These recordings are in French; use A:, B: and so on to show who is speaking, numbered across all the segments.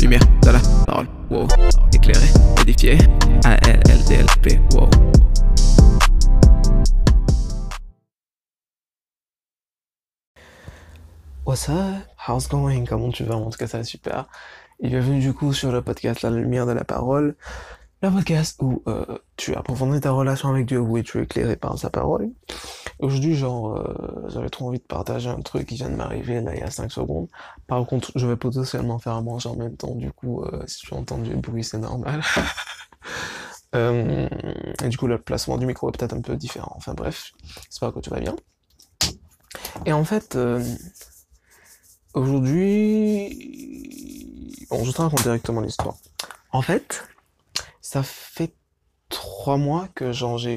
A: lumière de la parole, wow. Éclairé, édifié, ALLDLP, wow.
B: What's up? How's going? Comment tu vas? En tout cas, ça va super. Et bienvenue du coup sur le podcast La Lumière de la Parole, le podcast où tu approfondis ta relation avec Dieu, où tu es éclairé par sa parole. Aujourd'hui, j'avais trop envie de partager un truc qui vient de m'arriver là il y a 5 secondes. Par contre, je vais potentiellement faire à manger en même temps, du coup, si tu entends du bruit, c'est normal. Et du coup, le placement du micro est peut-être un peu différent. Enfin bref, j'espère que tu vas bien. Et en fait, aujourd'hui, bon, je te raconte directement l'histoire. En fait, ça fait 3 mois que genre j'ai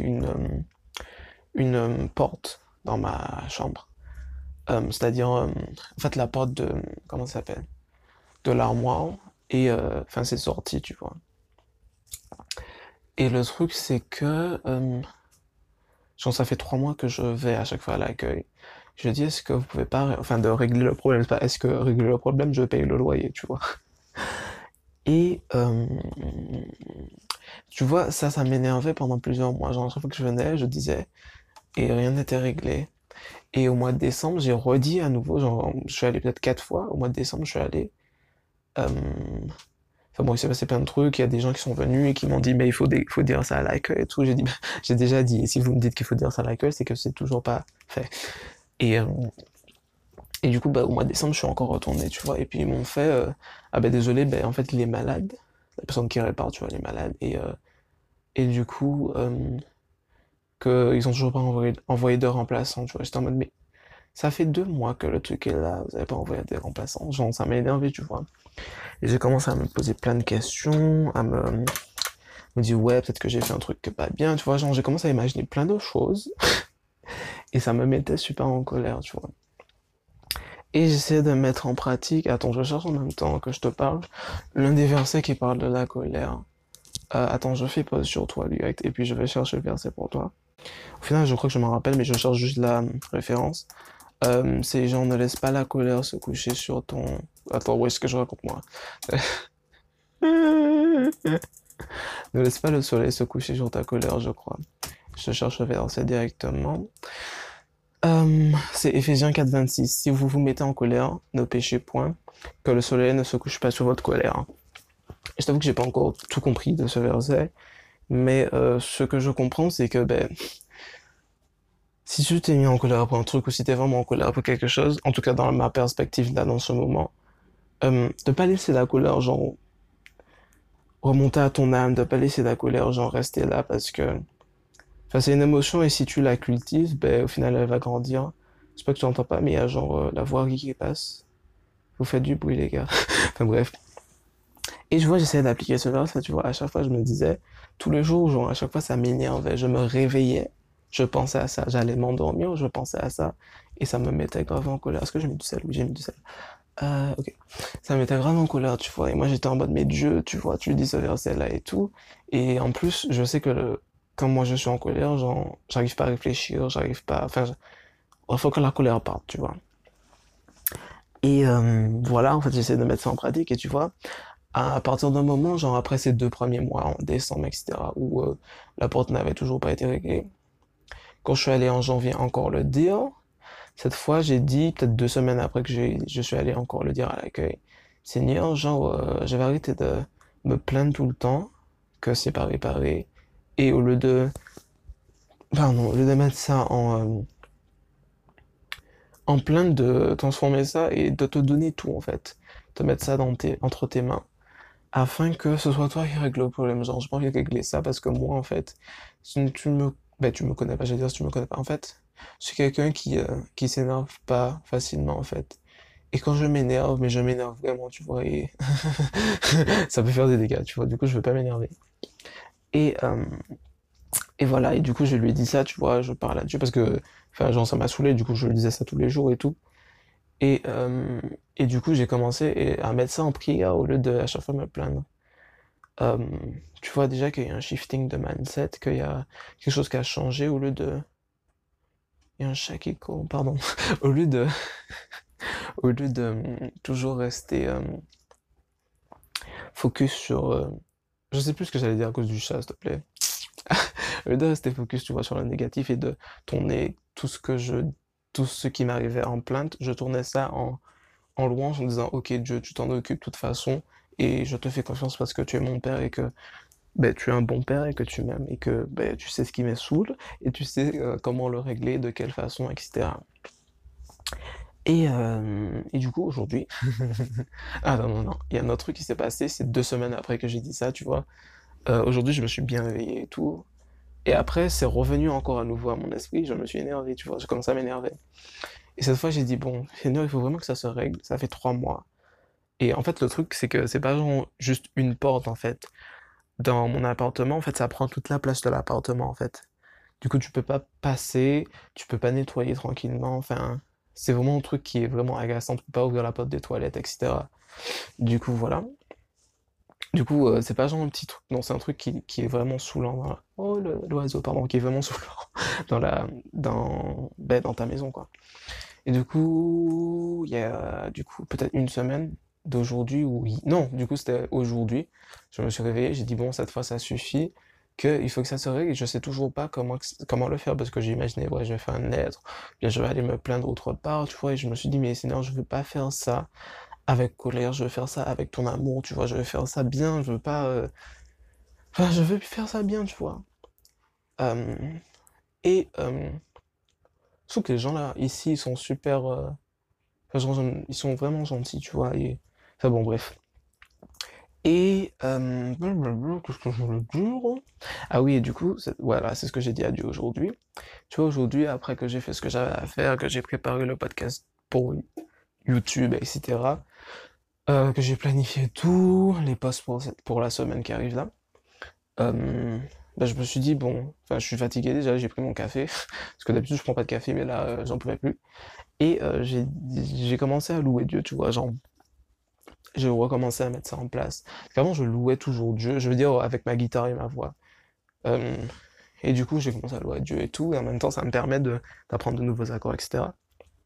B: une porte dans ma chambre. C'est-à-dire, en fait, la porte de, comment ça s'appelle? De l'armoire. Et, enfin, c'est sorti, tu vois. Et le truc, c'est que, genre, ça fait 3 mois que je vais à chaque fois à l'accueil. Je dis, est-ce que vous pouvez pas, enfin, de régler le problème, c'est pas, est-ce que régler le problème, je paye le loyer, tu vois. Et, tu vois, ça m'énervait pendant plusieurs mois. Genre, chaque fois que je venais, je disais, et rien n'était réglé. Et au mois de décembre, j'ai redit à nouveau, genre, je suis allé peut-être 4 fois. Au mois de décembre, je suis allé. euh, Enfin bon, il s'est passé plein de trucs. Il y a des gens qui sont venus et qui m'ont dit, mais il faut dire ça à l'accueil et tout. J'ai dit, bah, j'ai déjà dit. Et si vous me dites qu'il faut dire ça à l'accueil, c'est que c'est toujours pas fait. Et, euh, et du coup, bah, au mois de décembre, je suis encore retourné, tu vois. Et puis ils m'ont fait, ah ben désolé, ben en fait, il est malade. La personne qui répare, tu vois, elle est malade. Et du coup, qu'ils ont toujours pas envoyé de remplaçant, tu vois. J'étais en mode, mais ça fait 2 mois que le truc est là, vous avez pas envoyé des remplaçants. Genre, ça m'a énervé, tu vois. Et j'ai commencé à me poser plein de questions, me dire, ouais, peut-être que j'ai fait un truc que pas bien, tu vois. Genre, j'ai commencé à imaginer plein de choses. Et ça me mettait super en colère, tu vois. Et j'essaie de mettre en pratique, attends, je cherche en même temps que je te parle, l'un des versets qui parle de la colère. Attends, je fais pause sur toi, direct, et puis je vais chercher le verset pour toi. Au final, je crois que je m'en rappelle, mais je cherche juste la référence. C'est genre, ne laisse pas la colère se coucher sur ton... Attends, où est-ce que je raconte moi? Ne laisse pas le soleil se coucher sur ta colère, je crois. Je cherche le verset directement. C'est Éphésiens 4,26. Si vous vous mettez en colère, ne péchez point, que le soleil ne se couche pas sur votre colère. Je t'avoue que j'ai pas encore tout compris de ce verset, mais ce que je comprends, c'est que ben, si tu t'es mis en colère pour un truc ou si t'es vraiment en colère pour quelque chose, en tout cas dans ma perspective là dans ce moment, de pas laisser la colère genre remonter à ton âme, de pas laisser la colère genre rester là parce que enfin, c'est une émotion et si tu la cultives, ben au final elle va grandir. C'est pas que tu entends pas, mais il y a genre la voirie qui passe. Vous faites du bruit les gars. Enfin bref. Et je vois, j'essayais d'appliquer ce verset, tu vois, à chaque fois je me disais, tous les jours, genre à chaque fois ça m'énervait, je me réveillais, je pensais à ça, j'allais m'endormir, je pensais à ça, et ça me mettait grave en colère. Est-ce que j'ai mis du sel? Oui, j'ai mis du sel. Ok. Ça me mettait grave en colère, tu vois. Et moi, j'étais en mode, mais Dieu, tu vois, tu dis ce verset-là et tout. Et en plus, je sais que quand moi je suis en colère, genre, j'arrive pas à réfléchir, j'arrive pas, enfin, il faut que la colère parte, tu vois. Et voilà, en fait, j'essaie de mettre ça en pratique. Et tu vois, à partir d'un moment, genre après ces 2 premiers mois, en décembre, etc., où la porte n'avait toujours pas été réglée, quand je suis allé en janvier encore le dire, cette fois, j'ai dit, peut-être 2 semaines après que je suis allé encore le dire à l'accueil, Seigneur, genre, j'avais arrêté de me plaindre tout le temps que c'est pas réparé, et au lieu de mettre ça en plainte, de transformer ça et de te donner tout, en fait, de mettre ça entre tes mains, afin que ce soit toi qui règle le problème. Genre, j'ai pas envie de régler ça parce que moi, en fait, si tu me connais pas, j'allais dire si tu me connais pas, en fait, je suis quelqu'un qui s'énerve pas facilement, en fait. Et quand je m'énerve, mais je m'énerve vraiment, tu vois, et ça peut faire des dégâts, tu vois, du coup, je veux pas m'énerver. Et, euh, et voilà, et du coup, je lui ai dit ça, tu vois, je parle là-dessus parce que, enfin, genre, ça m'a saoulé, du coup, je lui disais ça tous les jours et tout. Et, euh, et du coup, j'ai commencé à mettre ça en prière au lieu de à chaque fois me plaindre. Euh, Tu vois déjà qu'il y a un shifting de mindset, qu'il y a quelque chose qui a changé au lieu de... Il y a un chat qui court, pardon. Au lieu de, au lieu de toujours rester focus sur... je sais plus ce que j'allais dire à cause du chat, s'il te plaît. Au lieu de rester focus, tu vois, sur le négatif et de tourner tout ce qui m'arrivait en plainte, je tournais ça en louange en disant, ok Dieu, tu t'en occupes de toute façon et je te fais confiance parce que tu es mon père et que ben, tu es un bon père et que tu m'aimes et que ben, tu sais ce qui me saoule et tu sais comment le régler, de quelle façon, etc. Et du coup, aujourd'hui... Ah non, non, non, il y a un autre truc qui s'est passé, c'est 2 semaines après que j'ai dit ça, tu vois. Aujourd'hui, je me suis bien réveillé et tout. Et après, c'est revenu encore à nouveau à mon esprit, je me suis énervé, tu vois, j'ai commencé à m'énerver. Et cette fois, j'ai dit, bon, Seigneur, il faut vraiment que ça se règle, ça fait 3 mois. Et en fait, le truc, c'est que c'est pas genre juste une porte, en fait. Dans mon appartement, en fait, ça prend toute la place de l'appartement, en fait. Du coup, tu peux pas passer, tu peux pas nettoyer tranquillement, enfin, c'est vraiment un truc qui est vraiment agaçant, tu peux pas ouvrir la porte des toilettes, etc. Du coup, voilà. Du coup, c'est pas genre un petit truc, non, c'est un truc qui est vraiment saoulant Oh, l'oiseau, pardon, qui est vraiment saoulant dans ta maison, quoi. Et du coup, il y a, du coup, peut-être une semaine d'aujourd'hui, non, du coup, c'était aujourd'hui, je me suis réveillé, j'ai dit, bon, cette fois, ça suffit, qu'il faut que ça se règle, et je sais toujours pas comment le faire, parce que j'ai imaginé, ouais, je vais faire un lettre, bien, je vais aller me plaindre autre part, tu vois, et je me suis dit, mais Seigneur, je veux pas faire ça avec colère, je veux faire ça avec ton amour, tu vois, je veux faire ça bien, je veux pas, enfin, je veux faire ça bien, tu vois. Euh, et je trouve que les gens là, ici, ils sont super, enfin, ils sont vraiment gentils, tu vois, et, enfin bon, bref. Et qu'est-ce que je voulais dire? Ah oui, et du coup, voilà, c'est ce que j'ai dit à Dieu aujourd'hui. Tu vois, aujourd'hui, après que j'ai fait ce que j'avais à faire, que j'ai préparé le podcast pour YouTube, etc., que j'ai planifié tout, les posts pour la semaine qui arrive là, euh, bah, je me suis dit, bon, enfin, je suis fatigué déjà, j'ai pris mon café, parce que d'habitude, je prends pas de café, mais là, j'en pouvais plus. Et j'ai commencé à louer Dieu, tu vois, genre, j'ai recommencé à mettre ça en place. Parce qu'avant, je louais toujours Dieu, je veux dire, avec ma guitare et ma voix. Euh, et du coup, j'ai commencé à louer Dieu et tout, et en même temps, ça me permet d'apprendre de nouveaux accords, etc.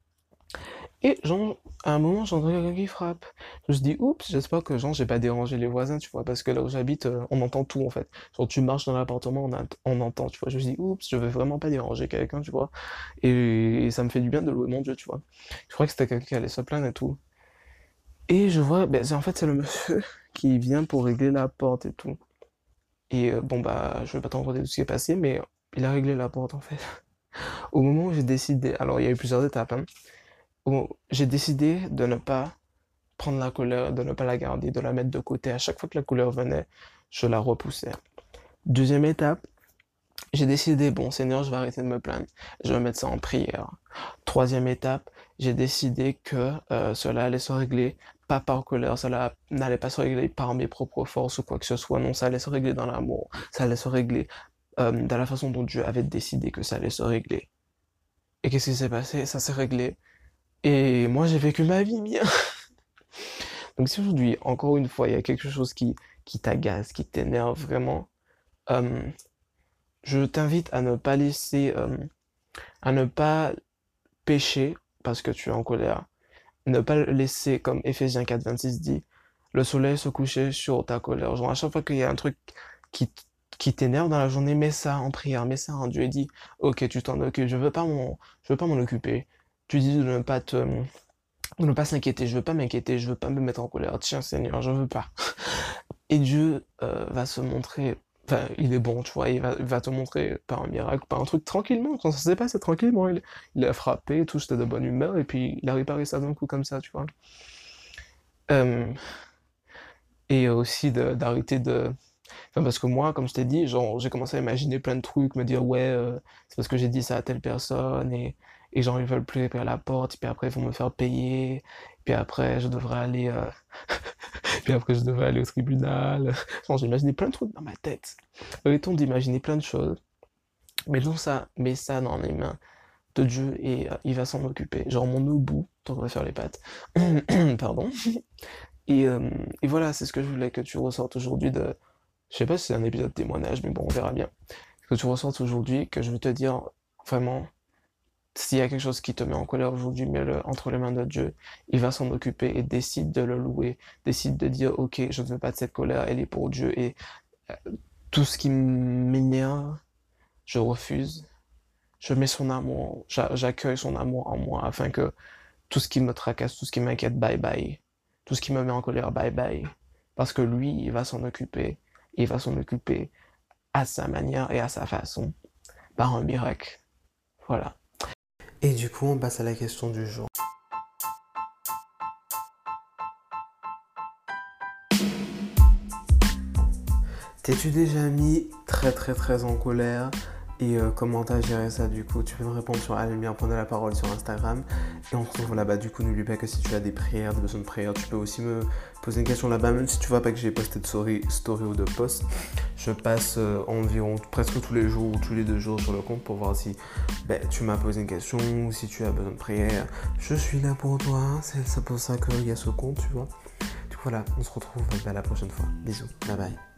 B: Et genre, à un moment, j'entends quelqu'un qui frappe. Je me suis dit, oups, j'espère que genre, j'ai pas dérangé les voisins, tu vois, parce que là où j'habite, on entend tout en fait. Genre, tu marches dans l'appartement, on entend, tu vois. Je me suis dit, oups, je veux vraiment pas déranger quelqu'un, tu vois. Et ça me fait du bien de louer mon Dieu, tu vois. Je crois que c'était quelqu'un qui allait se plaindre et tout. Et je vois, ben, en fait, c'est le monsieur qui vient pour régler la porte et tout. Et bon, bah, je vais pas t'en raconter tout ce qui est passé, mais il a réglé la porte en fait. Au moment où j'ai décidé, alors il y a eu plusieurs étapes, hein. J'ai décidé de ne pas prendre la couleur, de ne pas la garder, de la mettre de côté. À chaque fois que la couleur venait, je la repoussais. Deuxième étape, j'ai décidé, bon Seigneur, je vais arrêter de me plaindre, je vais mettre ça en prière. Troisième étape, j'ai décidé que cela allait se régler pas par colère, cela n'allait pas se régler par mes propres forces ou quoi que ce soit, non, ça allait se régler dans l'amour, ça allait se régler dans la façon dont Dieu avait décidé que ça allait se régler. Et qu'est-ce qui s'est passé? Ça s'est réglé. Et moi, j'ai vécu ma vie bien. Donc si aujourd'hui, encore une fois, il y a quelque chose qui t'agace, qui t'énerve vraiment, euh, je t'invite à ne pas à ne pas pécher parce que tu es en colère, ne pas laisser, comme Éphésiens 4:26 dit, le soleil se coucher sur ta colère. Genre à chaque fois qu'il y a un truc qui, qui t'énerve dans la journée, mets ça en prière, mets ça en Dieu et dis, ok, tu t'en occupes, je veux pas m'en occuper. Tu dis de ne pas s'inquiéter, je veux pas m'inquiéter, je veux pas me mettre en colère. Tiens Seigneur, je veux pas. Et Dieu va se montrer, enfin, il est bon, tu vois, il va te montrer par un miracle, par un truc tranquillement, quand ça s'est passé tranquillement, il a frappé, tout, j'étais de bonne humeur, et puis il a réparé ça d'un coup comme ça, tu vois. Euh, et aussi d'arrêter de... Enfin, parce que moi, comme je t'ai dit, genre, j'ai commencé à imaginer plein de trucs, me dire, ouais, c'est parce que j'ai dit ça à telle personne, et genre, ils veulent plus réparer la porte, puis après, ils vont me faire payer, puis après, je devrais aller... Puis après, je devais aller au tribunal. Enfin, j'ai imaginé plein de trucs dans ma tête. Arrêtons d'imaginer plein de choses. Mets ça dans les mains de Dieu et il va s'en occuper. Genre mon obou, tant qu'on va faire les pattes. Pardon. Et voilà, c'est ce que je voulais que tu ressortes aujourd'hui de... Je sais pas si c'est un épisode témoignage, mais bon, on verra bien. Que tu ressortes aujourd'hui, que je veux te dire, vraiment, s'il y a quelque chose qui te met en colère aujourd'hui, mets-le entre les mains de Dieu. Il va s'en occuper et décide de le louer. Décide de dire, OK, je ne veux pas de cette colère, elle est pour Dieu. Et euh, tout ce qui m'énerve, je refuse. Je mets son amour, j'accueille son amour en moi afin que tout ce qui me tracasse, tout ce qui m'inquiète, bye bye. Tout ce qui me met en colère, bye bye. Parce que lui, il va s'en occuper. Il va s'en occuper à sa manière et à sa façon, par un miracle. Voilà.
C: Et du coup, on passe à la question du jour. T'es-tu déjà mis très en colère et comment t'as géré ça du coup? Tu peux me répondre sur Alemir, prendre la parole sur Instagram. Et on se retrouve là-bas. Du coup, n'oublie pas que si tu as des prières, des besoins de prière, tu peux aussi me poser une question là-bas. Même si tu vois pas que j'ai posté de story ou de post, je passe environ presque tous les jours ou tous les 2 jours sur le compte pour voir si tu m'as posé une question ou si tu as besoin de prière. Je suis là pour toi. C'est pour ça qu'il y a ce compte, tu vois. Du coup, voilà, on se retrouve la prochaine fois. Bisous. Bye bye.